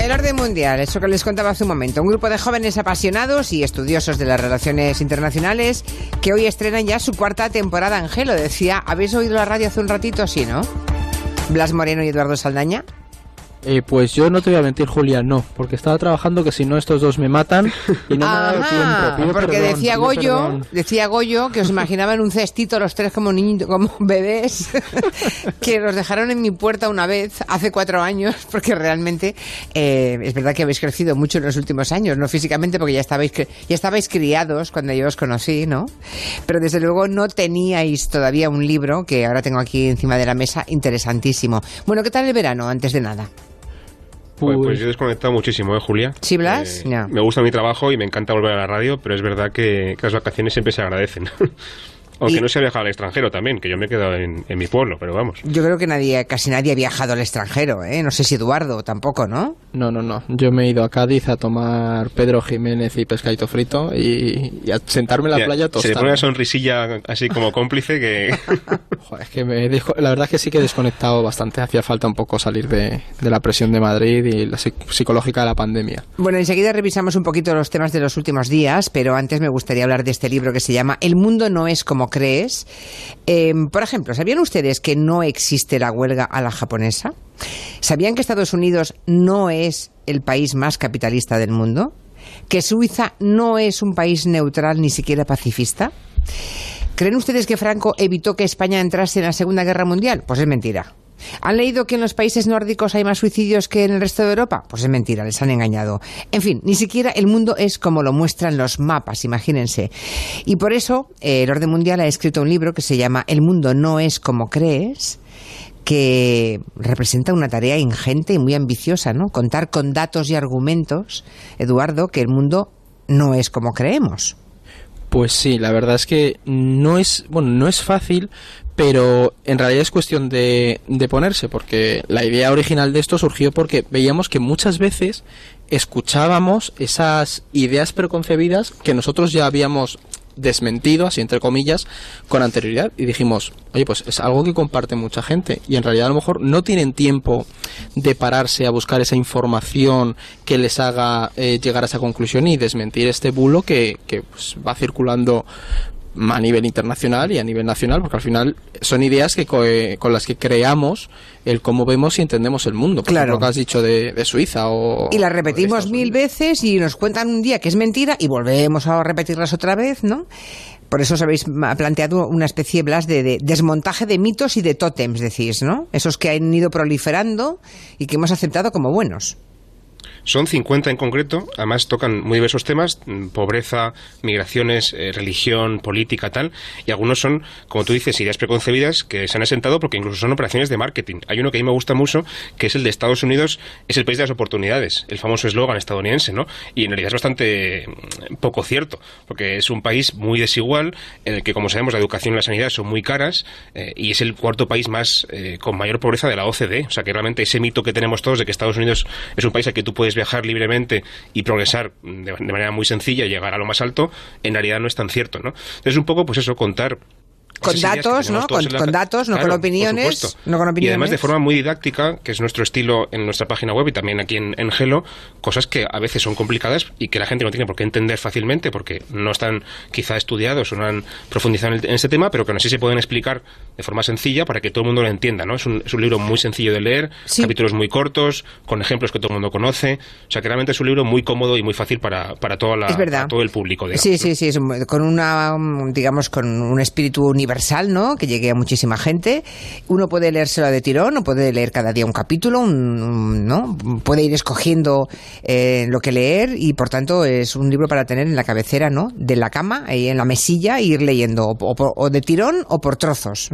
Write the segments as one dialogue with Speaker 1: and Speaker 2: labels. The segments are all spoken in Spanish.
Speaker 1: El orden mundial, eso que les contaba hace un momento. Un grupo de jóvenes apasionados y estudiosos de las relaciones internacionales que hoy estrenan ya su cuarta temporada en Gelo. Decía, ¿habéis oído la radio hace un ratito? Sí, ¿no? Blas Moreno y Eduardo Saldaña.
Speaker 2: Pues yo no te voy a mentir, Julia, no, porque estaba trabajando que si no estos dos me matan y no me ha dado tiempo. Pido
Speaker 1: porque
Speaker 2: perdón,
Speaker 1: decía Goyo que os imaginaba en un cestito los tres como niños, como bebés, que los dejaron en mi puerta una vez hace 4 años, porque realmente es verdad que habéis crecido mucho en los últimos años, no físicamente, porque ya estabais criados cuando yo os conocí, ¿no? Pero desde luego no teníais todavía un libro que ahora tengo aquí encima de la mesa, interesantísimo. Bueno, ¿qué tal el verano, antes de nada?
Speaker 3: Pues yo he desconectado muchísimo, Julia.
Speaker 1: ¿Sí, Blas? No.
Speaker 3: Me gusta mi trabajo y me encanta volver a la radio, pero es verdad que las vacaciones siempre se agradecen. Aunque no se ha viajado al extranjero también, que yo me he quedado en mi pueblo, pero vamos.
Speaker 1: Yo creo que casi nadie ha viajado al extranjero, ¿eh? No sé si Eduardo tampoco, ¿no?
Speaker 2: No. Yo me he ido a Cádiz a tomar Pedro Jiménez y pescadito frito y a sentarme en la playa tostada.
Speaker 3: Se le pone una sonrisilla así como cómplice que...
Speaker 2: Joder, es que la verdad es que sí que he desconectado bastante. Hacía falta un poco salir de la presión de Madrid y la psicológica de la pandemia.
Speaker 1: Bueno, enseguida revisamos un poquito los temas de los últimos días, pero antes me gustaría hablar de este libro que se llama El mundo no es como crees. Por ejemplo, ¿sabían ustedes que no existe la huelga a la japonesa? ¿Sabían que Estados Unidos no es el país más capitalista del mundo? ¿Que Suiza no es un país neutral ni siquiera pacifista? ¿Creen ustedes que Franco evitó que España entrase en la Segunda Guerra Mundial? Pues es mentira. ¿Han leído que en los países nórdicos hay más suicidios que en el resto de Europa? Pues es mentira, les han engañado. En fin, ni siquiera el mundo es como lo muestran los mapas, imagínense. Y por eso el Orden Mundial ha escrito un libro que se llama El mundo no es como crees, que representa una tarea ingente y muy ambiciosa, ¿no? Contar con datos y argumentos, Eduardo, que el mundo no es como creemos.
Speaker 2: Pues sí, la verdad es que no es fácil, pero en realidad es cuestión de ponerse, porque la idea original de esto surgió porque veíamos que muchas veces escuchábamos esas ideas preconcebidas que nosotros ya habíamos desmentido, así entre comillas, con anterioridad, y dijimos, oye, pues es algo que comparte mucha gente, y en realidad a lo mejor no tienen tiempo de pararse a buscar esa información que les haga llegar a esa conclusión y desmentir este bulo que pues, va circulando a nivel internacional y a nivel nacional, porque al final son ideas que con las que creamos el cómo vemos y entendemos el mundo. Por ejemplo, lo que has dicho de Suiza
Speaker 1: y las repetimos 1000 veces y nos cuentan un día que es mentira y volvemos a repetirlas otra vez, ¿no? Por eso os habéis planteado una especie, Blas, de desmontaje de mitos y de tótems, decís, ¿no? Esos que han ido proliferando y que hemos aceptado como buenos.
Speaker 3: Son 50 en concreto, además tocan muy diversos temas, pobreza, migraciones, religión, política, tal, y algunos son, como tú dices, ideas preconcebidas que se han asentado porque incluso son operaciones de marketing. Hay uno que a mí me gusta mucho, que es el de Estados Unidos, es el país de las oportunidades, el famoso eslogan estadounidense, ¿no? Y en realidad es bastante poco cierto, porque es un país muy desigual, en el que, como sabemos, la educación y la sanidad son muy caras, y es el cuarto país más con mayor pobreza de la OCDE. O sea que realmente ese mito que tenemos todos de que Estados Unidos es un país al que tú puedes viajar libremente y progresar de manera muy sencilla y llegar a lo más alto, en realidad no es tan cierto, ¿no? Entonces un poco, pues eso, contar
Speaker 1: con datos, ¿no? Con datos, no, claro, con opiniones, no con opiniones.
Speaker 3: Y además de forma muy didáctica, que es nuestro estilo en nuestra página web y también aquí en Gelo, cosas que a veces son complicadas y que la gente no tiene por qué entender fácilmente porque no están quizá estudiados o no han profundizado en este tema, pero que aún así se pueden explicar de forma sencilla para que todo el mundo lo entienda, ¿no? Es un libro muy sencillo de leer, sí, capítulos muy cortos, con ejemplos que todo el mundo conoce, o sea que realmente es un libro muy cómodo y muy fácil para para todo el público, digamos,
Speaker 1: sí, ¿no? Con un espíritu universal, ¿no? Que llegue a muchísima gente. Uno puede leérselo de tirón, o puede leer cada día un capítulo, ¿no? Puede ir escogiendo lo que leer y, por tanto, es un libro para tener en la cabecera, ¿no? De la cama, ahí en la mesilla, e ir leyendo o de tirón o por trozos.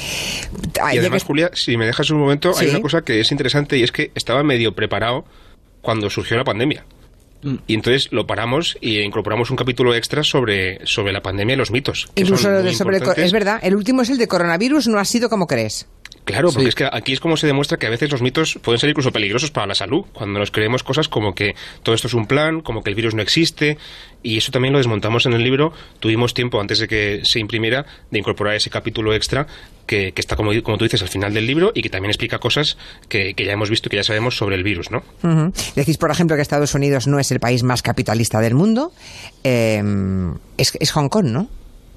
Speaker 3: Y además, Julia, si me dejas un momento, ¿sí? Hay una cosa que es interesante y es que estaba medio preparado cuando surgió la pandemia. Y entonces lo paramos y incorporamos un capítulo extra sobre la pandemia y los mitos.
Speaker 1: Incluso es verdad, el último es el de coronavirus, no ha sido como crees.
Speaker 3: Claro, porque es que aquí es como se demuestra que a veces los mitos pueden ser incluso peligrosos para la salud, cuando nos creemos cosas como que todo esto es un plan, como que el virus no existe, y eso también lo desmontamos en el libro. Tuvimos tiempo, antes de que se imprimiera, de incorporar ese capítulo extra que está, como tú dices, al final del libro, y que también explica cosas que ya hemos visto y que ya sabemos sobre el virus, ¿no?
Speaker 1: Decís, por ejemplo, que Estados Unidos no es el país más capitalista del mundo. Es Hong Kong, ¿no?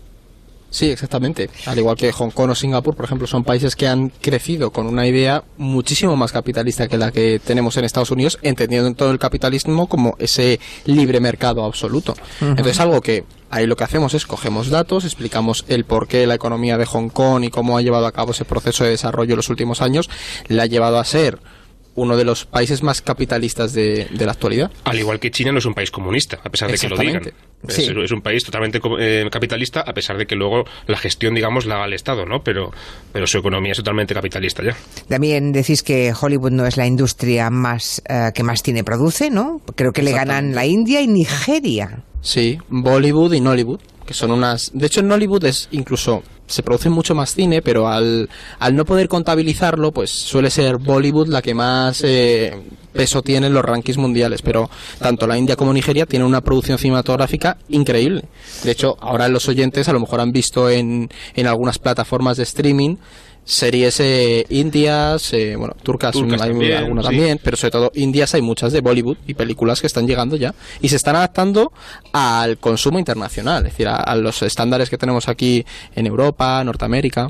Speaker 2: Sí, exactamente. Al igual que Hong Kong o Singapur, por ejemplo, son países que han crecido con una idea muchísimo más capitalista que la que tenemos en Estados Unidos, entendiendo en todo el capitalismo como ese libre mercado absoluto. Entonces, algo que ahí lo que hacemos es cogemos datos, explicamos el porqué la economía de Hong Kong y cómo ha llevado a cabo ese proceso de desarrollo en los últimos años, la ha llevado a ser uno de los países más capitalistas de la actualidad.
Speaker 3: Al igual que China no es un país comunista, a pesar de que lo digan. Sí. Es un país totalmente capitalista, a pesar de que luego la gestión, digamos, la haga el Estado, ¿no? Pero su economía es totalmente capitalista ya.
Speaker 1: También decís que Hollywood no es la industria más que más cine produce, ¿no? Creo que le ganan la India y Nigeria.
Speaker 2: Sí, Bollywood y Nollywood, que son unas... De hecho, en Nollywood es incluso... se produce mucho más cine, pero al no poder contabilizarlo, pues suele ser Bollywood la que más peso tiene en los rankings mundiales, pero tanto la India como Nigeria tienen una producción cinematográfica increíble. De hecho, ahora los oyentes a lo mejor han visto en algunas plataformas de streaming series indias, turcas hay
Speaker 3: también,
Speaker 2: algunas
Speaker 3: sí.
Speaker 2: también, pero sobre todo indias hay muchas de Bollywood y películas que están llegando ya y se están adaptando al consumo internacional, es decir, a los estándares que tenemos aquí en Europa, Norteamérica.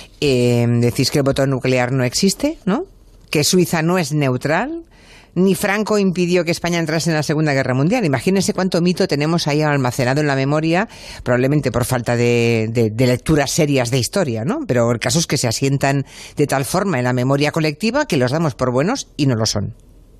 Speaker 1: Decís que el botón nuclear no existe, ¿no? Que Suiza no es neutral. Ni Franco impidió que España entrase en la Segunda Guerra Mundial. Imagínense cuánto mito tenemos ahí almacenado en la memoria, probablemente por falta de lecturas serias de historia, ¿no? Pero el caso es que se asientan de tal forma en la memoria colectiva que los damos por buenos y no lo son.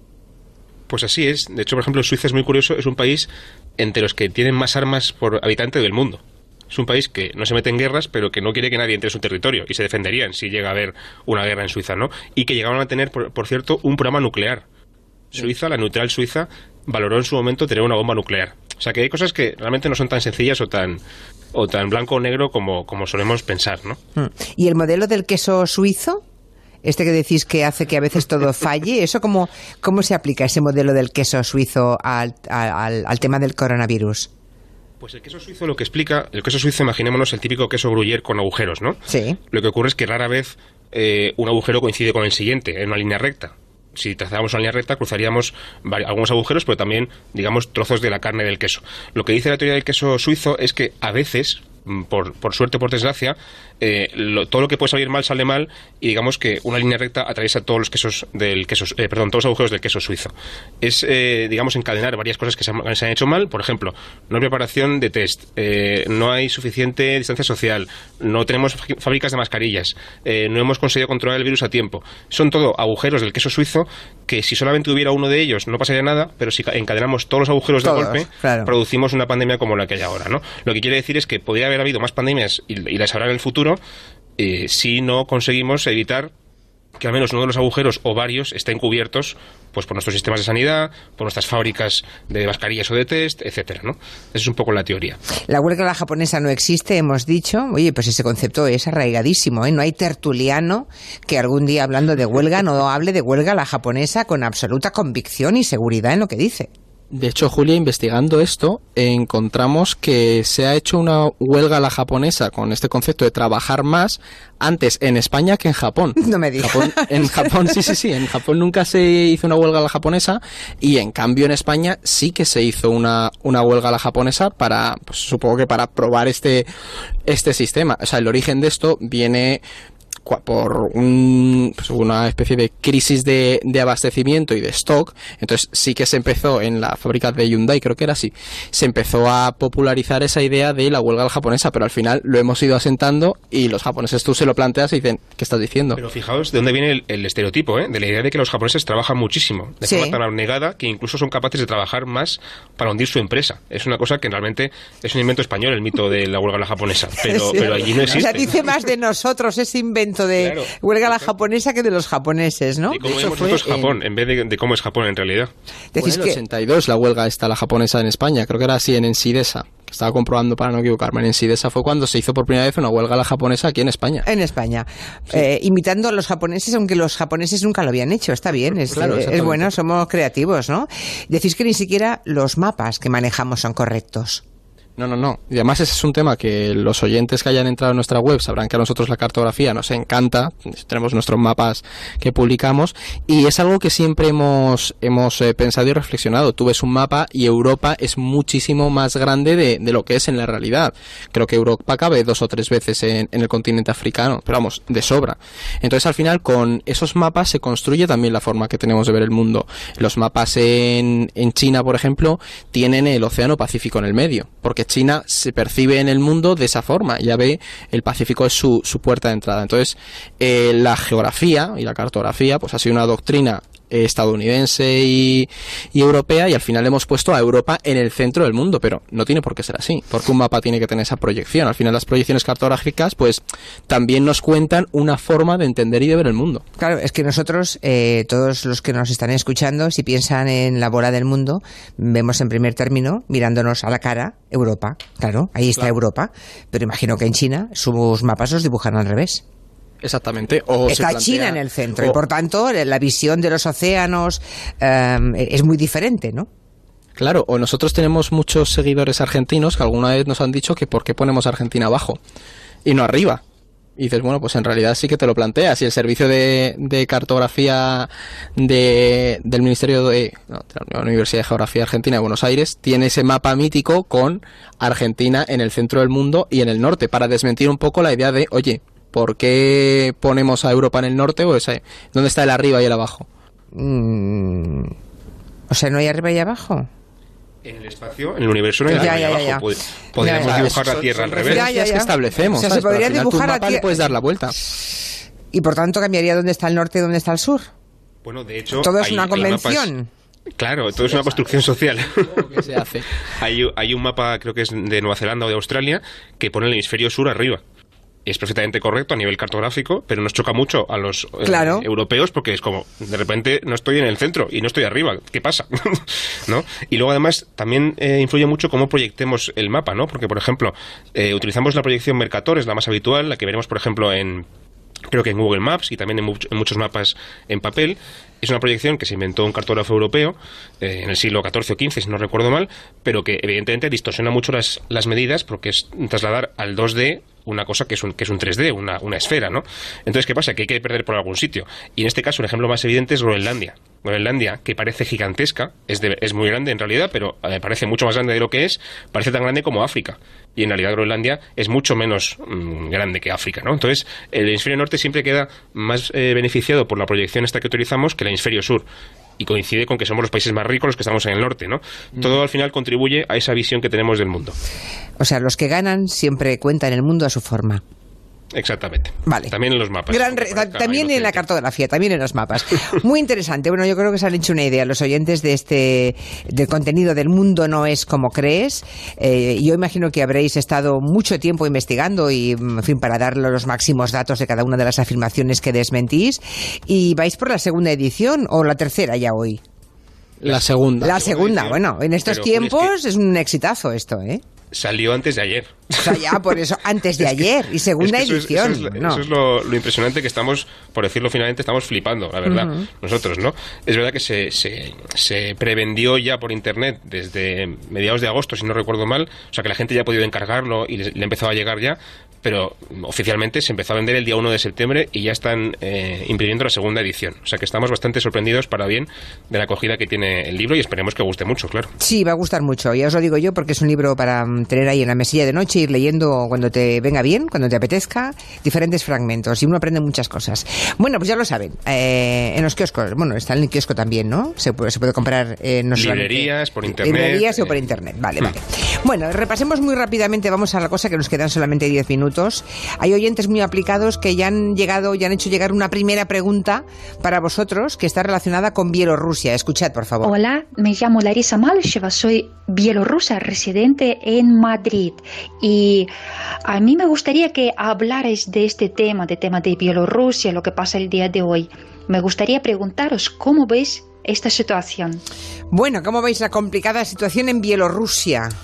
Speaker 3: Pues así es. De hecho, por ejemplo, Suiza es muy curioso. Es un país entre los que tienen más armas por habitante del mundo. Es un país que no se mete en guerras, pero que no quiere que nadie entre en su territorio, y se defenderían si llega a haber una guerra en Suiza, ¿no? Y que llegaron a tener, por cierto, un programa nuclear. Suiza, la neutral Suiza, valoró en su momento tener una bomba nuclear. O sea que hay cosas que realmente no son tan sencillas o tan blanco o negro como solemos pensar, ¿no?
Speaker 1: ¿Y el modelo del queso suizo? Este que decís que hace que a veces todo falle, ¿eso cómo se aplica ese modelo del queso suizo al tema del coronavirus?
Speaker 3: Pues el queso suizo lo que explica, el queso suizo, imaginémonos el típico queso gruyère con agujeros, ¿no?
Speaker 1: Sí.
Speaker 3: Lo que ocurre es que rara vez un agujero coincide con el siguiente en una línea recta. Si trazáramos una línea recta, cruzaríamos algunos agujeros, pero también, digamos, trozos de la carne del queso. Lo que dice la teoría del queso suizo es que a veces, por suerte o por desgracia, todo lo que puede salir mal sale mal, y digamos que una línea recta atraviesa todos los quesos todos los agujeros del queso suizo. Es, digamos, encadenar varias cosas que se han hecho mal. Por ejemplo, no hay preparación de test, no hay suficiente distancia social, no tenemos fábricas de mascarillas, no hemos conseguido controlar el virus a tiempo. Son todo agujeros del queso suizo que, si solamente hubiera uno de ellos, no pasaría nada, pero si encadenamos todos los agujeros de golpe, claro, producimos una pandemia como la que hay ahora, ¿no? Lo que quiere decir es que podría haber habido más pandemias y las habrá en el futuro si no conseguimos evitar que al menos uno de los agujeros o varios estén cubiertos, pues, por nuestros sistemas de sanidad, por nuestras fábricas de mascarillas o de test, etcétera, ¿no? Esa es un poco la teoría.
Speaker 1: La huelga japonesa no existe, hemos dicho. Oye, pues ese concepto es arraigadísimo, ¿eh? No hay tertuliano que algún día, hablando de huelga, no hable de huelga la japonesa con absoluta convicción y seguridad en lo que dice.
Speaker 2: De hecho, Julia, investigando esto, encontramos que se ha hecho una huelga a la japonesa con este concepto de trabajar más antes en España que en Japón.
Speaker 1: No me digas.
Speaker 2: En Japón, sí. En Japón nunca se hizo una huelga a la japonesa, y en cambio en España sí que se hizo una huelga a la japonesa para, pues, supongo que para probar este sistema. O sea, el origen de esto viene por una especie de crisis de abastecimiento y de stock. Entonces sí que se empezó en la fábrica de Hyundai, creo que era así, se empezó a popularizar esa idea de la huelga japonesa, pero al final lo hemos ido asentando, y los japoneses, tú se lo planteas y dicen, ¿qué estás diciendo?
Speaker 3: Pero fijaos de dónde viene el estereotipo, de la idea de que los japoneses trabajan muchísimo, de forma tan abnegada que incluso son capaces de trabajar más para hundir su empresa. Es una cosa que realmente es un invento español, el mito de la huelga japonesa, pero allí no existe.
Speaker 1: O sea, dice más de nosotros ese invento de huelga a la japonesa que de los japoneses, ¿no?
Speaker 3: Y cómo vemos nosotros Japón, en vez de cómo es Japón en realidad.
Speaker 2: Decís en el 82 la huelga la japonesa en España, creo que era así en Ensidesa, que estaba comprobando para no equivocarme, en Sidesa fue cuando se hizo por primera vez una huelga a la japonesa aquí en España.
Speaker 1: En España. Sí. Imitando a los japoneses, aunque los japoneses nunca lo habían hecho. Está bien, es bueno, somos creativos, ¿no? Decís que ni siquiera los mapas que manejamos son correctos.
Speaker 2: No. Y además ese es un tema que los oyentes que hayan entrado en nuestra web sabrán que a nosotros la cartografía nos encanta. Tenemos nuestros mapas que publicamos y es algo que siempre hemos pensado y reflexionado. Tú ves un mapa y Europa es muchísimo más grande de lo que es en la realidad. Creo que Europa cabe 2 o 3 veces en el continente africano, pero vamos, de sobra. Entonces al final con esos mapas se construye también la forma que tenemos de ver el mundo. Los mapas en China, por ejemplo, tienen el Océano Pacífico en el medio, porque China se percibe en el mundo de esa forma, ya ve el Pacífico es su puerta de entrada. Entonces la geografía y la cartografía pues ha sido una doctrina estadounidense y europea, y al final hemos puesto a Europa en el centro del mundo, pero no tiene por qué ser así, porque un mapa tiene que tener esa proyección. Al final las proyecciones cartográficas pues también nos cuentan una forma de entender y de ver el mundo.
Speaker 1: Claro, es que nosotros, todos los que nos están escuchando, si piensan en la bola del mundo, vemos en primer término, mirándonos a la cara, Europa. Claro, ahí está Europa, pero imagino que en China sus mapas los dibujan al revés.
Speaker 2: Exactamente.
Speaker 1: Está China en el centro y por tanto la visión de los océanos es muy diferente, ¿no?
Speaker 2: Claro, o nosotros tenemos muchos seguidores argentinos que alguna vez nos han dicho que por qué ponemos Argentina abajo y no arriba. Y dices, bueno, pues en realidad sí que te lo planteas. Y el servicio de cartografía del Ministerio de la Universidad de Geografía Argentina de Buenos Aires tiene ese mapa mítico con Argentina en el centro del mundo y en el norte, para desmentir un poco la idea de, oye, ¿por qué ponemos a Europa en el norte o ese? ¿Dónde está el arriba y el abajo?
Speaker 1: O sea, ¿no hay arriba y abajo?
Speaker 3: En el espacio, en el universo no hay arriba y abajo. Podríamos dibujar la Tierra al revés.
Speaker 2: Que establecemos.
Speaker 1: O sea, se podría dibujar
Speaker 2: a Tierra. Puedes dar la vuelta.
Speaker 1: Y por tanto cambiaría dónde está el norte y dónde está el sur.
Speaker 3: Bueno, de hecho,
Speaker 1: todo es una convención.
Speaker 3: Claro, todo es una construcción social.
Speaker 2: ¿Qué se hace?
Speaker 3: Hay un mapa, creo que es de Nueva Zelanda o de Australia, que pone el hemisferio sur arriba. Es perfectamente correcto a nivel cartográfico, pero nos choca mucho a los europeos porque es como, de repente no estoy en el centro y no estoy arriba, ¿qué pasa? ¿No? Y luego además también influye mucho cómo proyectemos el mapa, ¿no? Porque, por ejemplo, utilizamos la proyección Mercator, es la más habitual, la que veremos, por ejemplo, creo que en Google Maps y también en muchos mapas en papel. Es una proyección que se inventó un cartógrafo europeo en el siglo XIV o XV, si no recuerdo mal, pero que evidentemente distorsiona mucho las medidas porque es trasladar al 2D una cosa que es un 3D, una esfera, ¿no? Entonces, ¿qué pasa? Que hay que perder por algún sitio. Y en este caso, un ejemplo más evidente es Groenlandia. Groenlandia, que parece gigantesca, es muy grande en realidad, pero parece mucho más grande de lo que es, parece tan grande como África. Y en realidad Groenlandia es mucho menos grande que África, ¿no? Entonces, el hemisferio norte siempre queda más beneficiado por la proyección esta que utilizamos que el hemisferio sur. Y coincide con que somos los países más ricos los que estamos en el norte, ¿no? Todo al final contribuye a esa visión que tenemos del mundo.
Speaker 1: O sea, los que ganan siempre cuentan el mundo a su forma.
Speaker 3: Exactamente.
Speaker 1: Vale.
Speaker 3: También en los mapas.
Speaker 1: También en la cartografía, también en los mapas. Muy interesante. Bueno, yo creo que se han hecho una idea los oyentes del contenido del mundo no es como crees. Yo imagino que habréis estado mucho tiempo investigando y, en fin, para dar los máximos datos de cada una de las afirmaciones que desmentís. ¿Y vais por la segunda edición o la tercera ya hoy?
Speaker 2: La segunda.
Speaker 1: La segunda, bueno, en estos tiempos es un exitazo esto, ¿eh?
Speaker 3: Salió antes de ayer.
Speaker 1: O sea, ya, por eso, antes de ayer y segunda edición.
Speaker 3: Eso es lo impresionante, que estamos, por decirlo finalmente, estamos flipando, la verdad, nosotros, ¿no? Es verdad que se prevendió ya por internet desde mediados de agosto, si no recuerdo mal, o sea que la gente ya ha podido encargarlo y le empezó a llegar ya, pero oficialmente se empezó a vender el día 1 de septiembre y ya están imprimiendo la segunda edición. O sea que estamos bastante sorprendidos, para bien, de la acogida que tiene el libro y esperemos que guste mucho, claro.
Speaker 1: Sí, va a gustar mucho, ya os lo digo yo, porque es un libro para tener ahí en la mesilla de noche, ir leyendo cuando te venga bien, cuando te apetezca, diferentes fragmentos y uno aprende muchas cosas. Bueno, pues ya lo saben, en los kioscos, bueno, está en el kiosco también, ¿no? Se puede comprar no
Speaker 3: librerías, por internet.
Speaker 1: Librerías o por internet, vale. Bueno, repasemos muy rápidamente, vamos a la cosa que nos quedan solamente 10 minutos. Hay oyentes muy aplicados que ya han hecho llegar una primera pregunta para vosotros que está relacionada con Bielorrusia. Escuchad, por favor.
Speaker 4: Hola, me llamo Larisa Malusheva, soy bielorrusa, residente en Madrid. Y a mí me gustaría que hablarais de este tema de Bielorrusia, lo que pasa el día de hoy. Me gustaría preguntaros cómo veis esta situación.
Speaker 1: Bueno, ¿cómo veis la complicada situación en Bielorrusia?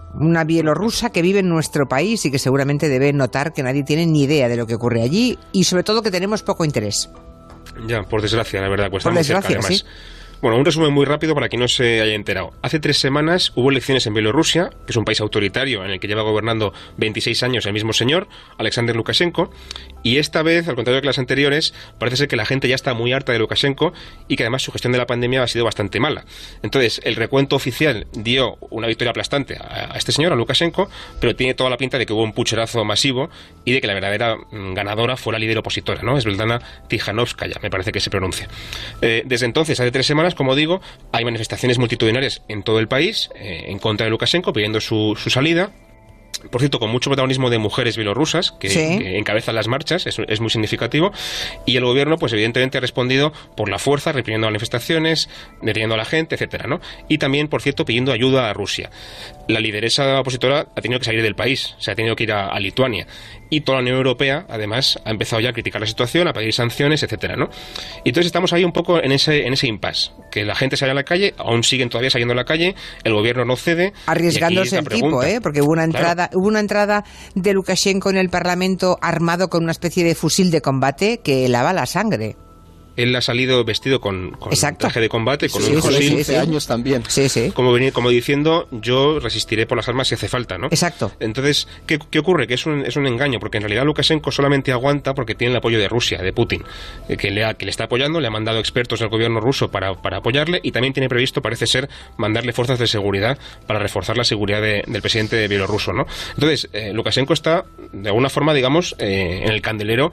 Speaker 1: una bielorrusa que vive en nuestro país y que seguramente debe notar que nadie tiene ni idea de lo que ocurre allí y sobre todo que tenemos poco interés.
Speaker 3: Ya, por desgracia, la verdad, cuesta
Speaker 1: por
Speaker 3: muy
Speaker 1: desgracia,
Speaker 3: cerca, además.
Speaker 1: Sí.
Speaker 3: Bueno, un resumen muy rápido para quien no se haya enterado. Hace 3 semanas hubo elecciones en Bielorrusia, que es un país autoritario en el que lleva gobernando 26 años el mismo señor, Alexander Lukashenko, y esta vez, al contrario que las anteriores, parece ser que la gente ya está muy harta de Lukashenko y que además su gestión de la pandemia ha sido bastante mala. Entonces, el recuento oficial dio una victoria aplastante a este señor, a Lukashenko, pero tiene toda la pinta de que hubo un pucherazo masivo y de que la verdadera ganadora fue la líder opositora, ¿no? Svetlana Tikhanovskaya, me parece que se pronuncia. Desde entonces, hace 3 semanas, como digo, hay manifestaciones multitudinarias en todo el país en contra de Lukashenko pidiendo su salida. Por cierto, con mucho protagonismo de mujeres bielorrusas que encabezan las marchas, es muy significativo, y el gobierno, pues evidentemente ha respondido por la fuerza, reprimiendo manifestaciones, deteniendo a la gente, etcétera, ¿no? Y también, por cierto, pidiendo ayuda a Rusia. La lideresa opositora ha tenido que salir del país, se ha tenido que ir a Lituania, y toda la Unión Europea, además, ha empezado ya a criticar la situación, a pedir sanciones, etcétera, ¿no? Y entonces estamos ahí un poco en ese impasse, que la gente sale a la calle, aún siguen todavía saliendo a la calle, el gobierno no cede.
Speaker 1: Arriesgándose el tipo, porque hubo una entrada de Lukashenko en el Parlamento armado con una especie de fusil de combate que lava la sangre.
Speaker 3: Él ha salido vestido con traje de combate, con un fusil.
Speaker 2: 15 años también.
Speaker 1: Sí.
Speaker 3: Como diciendo, yo resistiré por las armas si hace falta, ¿no?
Speaker 1: Exacto.
Speaker 3: Entonces, ¿qué ocurre? Que es un engaño, porque en realidad Lukashenko solamente aguanta porque tiene el apoyo de Rusia, de Putin, que le está apoyando, le ha mandado expertos del gobierno ruso para apoyarle, y también tiene previsto, parece ser, mandarle fuerzas de seguridad para reforzar la seguridad del presidente bielorruso, ¿no? Entonces, Lukashenko está, de alguna forma, digamos, en el candelero,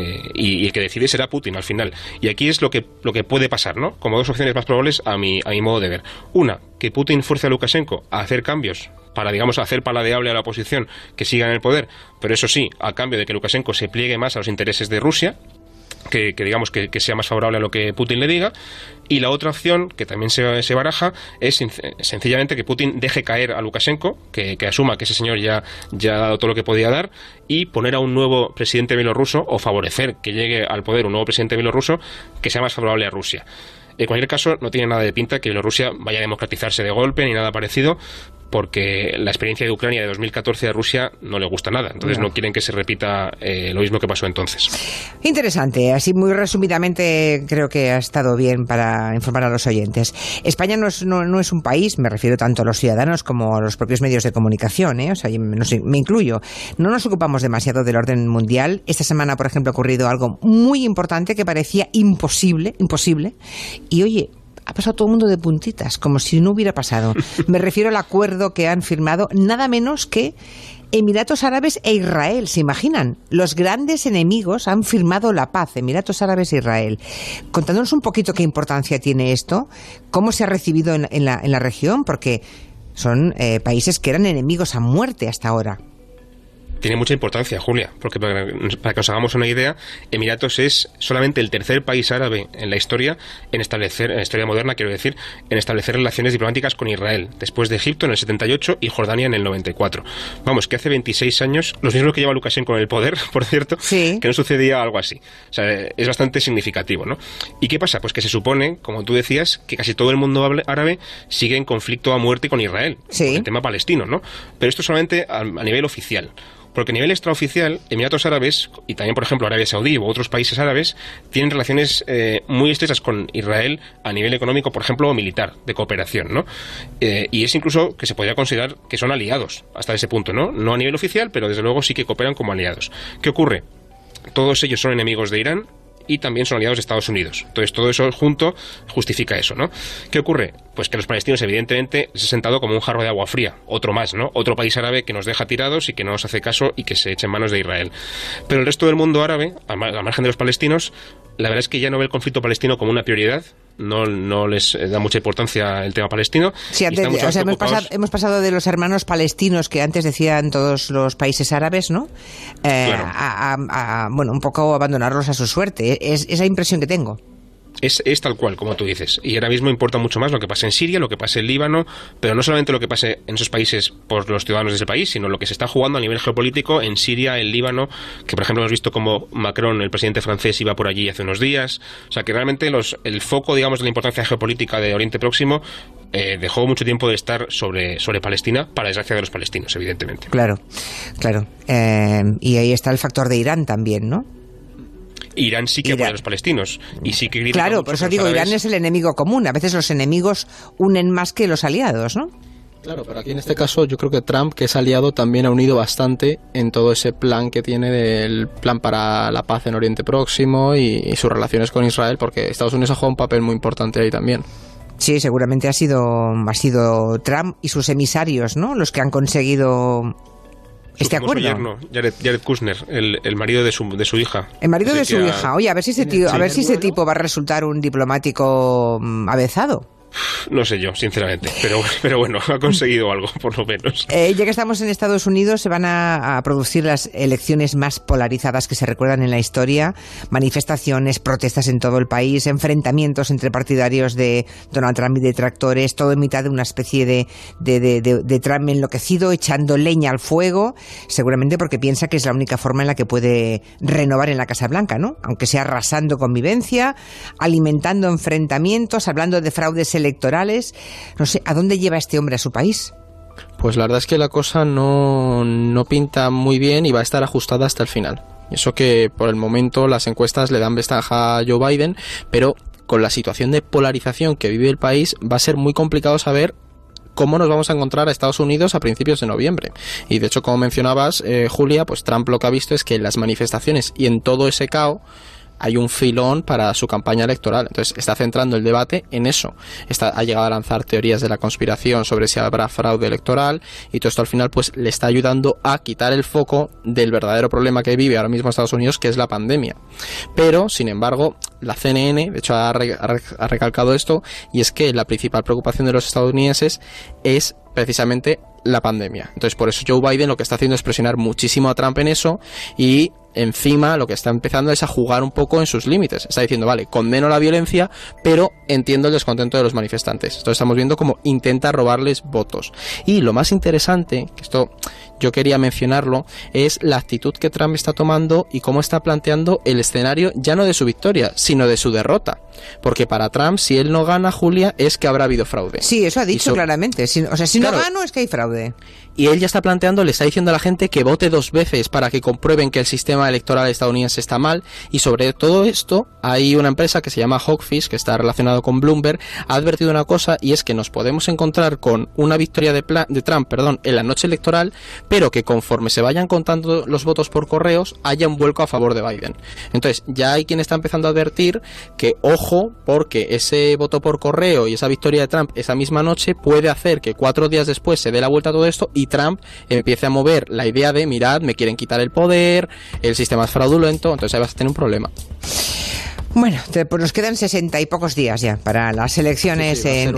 Speaker 3: y el que decide será Putin al final. Y aquí es lo que puede pasar, ¿no? Como 2 opciones más probables a mi modo de ver. Una, que Putin fuerce a Lukashenko a hacer cambios para, digamos, hacer paladeable a la oposición que siga en el poder, pero eso sí, a cambio de que Lukashenko se pliegue más a los intereses de Rusia, que digamos que sea más favorable a lo que Putin le diga. Y la otra opción, que también se baraja, es sencillamente que Putin deje caer a Lukashenko, que asuma que ese señor ya ha dado todo lo que podía dar, y poner a un nuevo presidente bielorruso, o favorecer que llegue al poder un nuevo presidente bielorruso que sea más favorable a Rusia. En cualquier caso, no tiene nada de pinta que Bielorrusia vaya a democratizarse de golpe ni nada parecido, porque la experiencia de Ucrania de 2014 a Rusia no le gusta nada. Entonces no quieren que se repita lo mismo que pasó entonces.
Speaker 1: Interesante. Así muy resumidamente creo que ha estado bien para informar a los oyentes. España no es un país, me refiero tanto a los ciudadanos como a los propios medios de comunicación, O sea, me incluyo. No nos ocupamos demasiado del orden mundial. Esta semana, por ejemplo, ha ocurrido algo muy importante que parecía imposible. Y oye, ha pasado todo el mundo de puntitas, como si no hubiera pasado. Me refiero al acuerdo que han firmado nada menos que Emiratos Árabes e Israel. ¿Se imaginan? Los grandes enemigos han firmado la paz, Emiratos Árabes e Israel. Contándonos un poquito qué importancia tiene esto, cómo se ha recibido en la región, porque son países que eran enemigos a muerte hasta ahora.
Speaker 3: Tiene mucha importancia, Julia, porque para que nos hagamos una idea, Emiratos es solamente el tercer país árabe en la historia en la historia moderna, quiero decir, en establecer relaciones diplomáticas con Israel, después de Egipto en el 78 y Jordania en el 94. Vamos, que hace 26 años, los mismos que lleva Lukashenko en el poder, por cierto, que no sucedía algo así. O sea, es bastante significativo, ¿no? ¿Y qué pasa? Pues que se supone, como tú decías, que casi todo el mundo árabe sigue en conflicto a muerte con Israel, con el tema palestino, ¿no? Pero esto solamente a nivel oficial. Porque a nivel extraoficial, Emiratos Árabes, y también, por ejemplo, Arabia Saudí u otros países árabes, tienen relaciones muy estrechas con Israel a nivel económico, por ejemplo, o militar, de cooperación, ¿no? Y es incluso que se podría considerar que son aliados hasta ese punto, ¿no? No a nivel oficial, pero desde luego sí que cooperan como aliados. ¿Qué ocurre? Todos ellos son enemigos de Irán y también son aliados de Estados Unidos. Entonces todo eso junto justifica eso, ¿no? ¿Qué ocurre? Pues que los palestinos evidentemente se han sentado como un jarro de agua fría, otro más, ¿no? Otro país árabe que nos deja tirados y que no nos hace caso y que se echa en manos de Israel. Pero el resto del mundo árabe, al margen de los palestinos, la verdad es que ya no ve el conflicto palestino como una prioridad, no les da mucha importancia el tema palestino.
Speaker 1: Sí, hemos pasado de los hermanos palestinos que antes decían todos los países árabes, ¿no?
Speaker 3: Claro.
Speaker 1: Bueno, un poco abandonarlos a su suerte. Es esa impresión que tengo.
Speaker 3: Es tal cual, como tú dices. Y ahora mismo importa mucho más lo que pasa en Siria, lo que pasa en Líbano, pero no solamente lo que pase en esos países por los ciudadanos de ese país, sino lo que se está jugando a nivel geopolítico en Siria, en Líbano, que por ejemplo hemos visto como Macron, el presidente francés, iba por allí hace unos días. O sea que realmente el foco, digamos, de la importancia geopolítica de Oriente Próximo dejó mucho tiempo de estar sobre Palestina, para desgracia de los palestinos, evidentemente.
Speaker 1: Claro. Y ahí está el factor de Irán también, ¿no?
Speaker 3: Irán sí que apoya a los palestinos y sí que critica.
Speaker 1: Claro, por eso digo, Irán es el enemigo común. A veces los enemigos unen más que los aliados, ¿no?
Speaker 2: Claro, pero aquí en este caso yo creo que Trump, que es aliado, también ha unido bastante en todo ese plan que tiene del plan para la paz en Oriente Próximo y sus relaciones con Israel, porque Estados Unidos ha jugado un papel muy importante ahí también.
Speaker 1: Sí, seguramente ha sido Trump y sus emisarios, ¿no?, los que han conseguido este acuerdo.
Speaker 3: Yerno, Jared Kushner, el marido de su hija.
Speaker 1: El marido de su hija. Oye, a ver si ese tipo va a resultar un diplomático avezado.
Speaker 3: No sé yo, sinceramente, pero bueno, ha conseguido algo, por lo menos.
Speaker 1: Ya que estamos en Estados Unidos, se van a producir las elecciones más polarizadas que se recuerdan en la historia. Manifestaciones, protestas en todo el país, enfrentamientos entre partidarios de Donald Trump y detractores, todo en mitad de una especie de Trump enloquecido, echando leña al fuego, seguramente porque piensa que es la única forma en la que puede renovar en la Casa Blanca, ¿no? Aunque sea arrasando convivencia, alimentando enfrentamientos, hablando de fraudes electorales. No sé, ¿a dónde lleva este hombre a su país?
Speaker 2: Pues la verdad es que la cosa no pinta muy bien y va a estar ajustada hasta el final. Eso que por el momento las encuestas le dan ventaja a Joe Biden, pero con la situación de polarización que vive el país va a ser muy complicado saber cómo nos vamos a encontrar a Estados Unidos a principios de noviembre. Y de hecho, como mencionabas, Julia, pues Trump lo que ha visto es que en las manifestaciones y en todo ese caos hay un filón para su campaña electoral. Entonces está centrando el debate en eso. Ha llegado a lanzar teorías de la conspiración sobre si habrá fraude electoral, y todo esto al final pues le está ayudando a quitar el foco del verdadero problema que vive ahora mismo Estados Unidos, que es la pandemia. Pero, sin embargo, la CNN, de hecho, ha recalcado esto, y es que la principal preocupación de los estadounidenses es precisamente la pandemia. Entonces, por eso Joe Biden lo que está haciendo es presionar muchísimo a Trump en eso, y encima lo que está empezando es a jugar un poco en sus límites. Está diciendo, vale, condeno la violencia, pero entiendo el descontento de los manifestantes. Entonces estamos viendo cómo intenta robarles votos. Y lo más interesante, que esto yo quería mencionarlo, es la actitud que Trump está tomando y cómo está planteando el escenario ya no de su victoria, sino de su derrota. Porque para Trump, si él no gana, Julia, es que habrá habido fraude.
Speaker 1: Sí, eso ha dicho claramente. Si
Speaker 2: claro,
Speaker 1: no gano, es que hay fraude.
Speaker 2: Y él ya está planteando, le está diciendo a la gente que vote 2 veces para que comprueben que el sistema electoral estadounidense está mal. Y sobre todo esto, hay una empresa que se llama Hawkfish, que está relacionado con Bloomberg, ha advertido una cosa, y es que nos podemos encontrar con una victoria de Trump, en la noche electoral, pero que conforme se vayan contando los votos por correos, haya un vuelco a favor de Biden. Entonces, ya hay quien está empezando a advertir que, ojo, porque ese voto por correo y esa victoria de Trump esa misma noche puede hacer que 4 días después se dé la vuelta a todo esto y Trump empiece a mover la idea de, mirad, me quieren quitar el poder, el sistema es fraudulento. Entonces ahí vas a tener un problema.
Speaker 1: Bueno, pues nos quedan 60 y pocos días ya para las elecciones en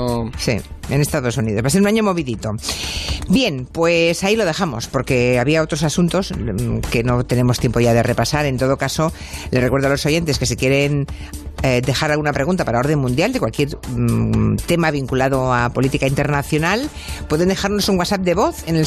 Speaker 1: Estados Unidos. Va a ser un año movidito. Bien, pues ahí lo dejamos, porque había otros asuntos que no tenemos tiempo ya de repasar. En todo caso, les recuerdo a los oyentes que si quieren dejar alguna pregunta para Orden Mundial de cualquier tema vinculado a política internacional, pueden dejarnos un WhatsApp de voz en el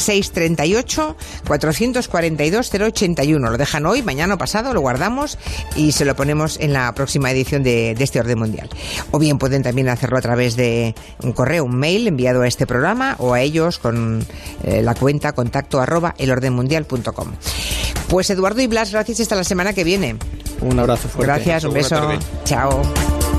Speaker 1: 638-442-081. Lo dejan hoy, mañana o pasado, lo guardamos y se lo ponemos en la próxima edición de este Orden Mundial. O bien pueden también hacerlo a través de un correo, un mail enviado a este programa o a ellos con la cuenta contacto@elordenmundial.com. Pues Eduardo y Blas, gracias, hasta la semana que viene.
Speaker 2: Un abrazo fuerte.
Speaker 1: Gracias, un beso. Chao.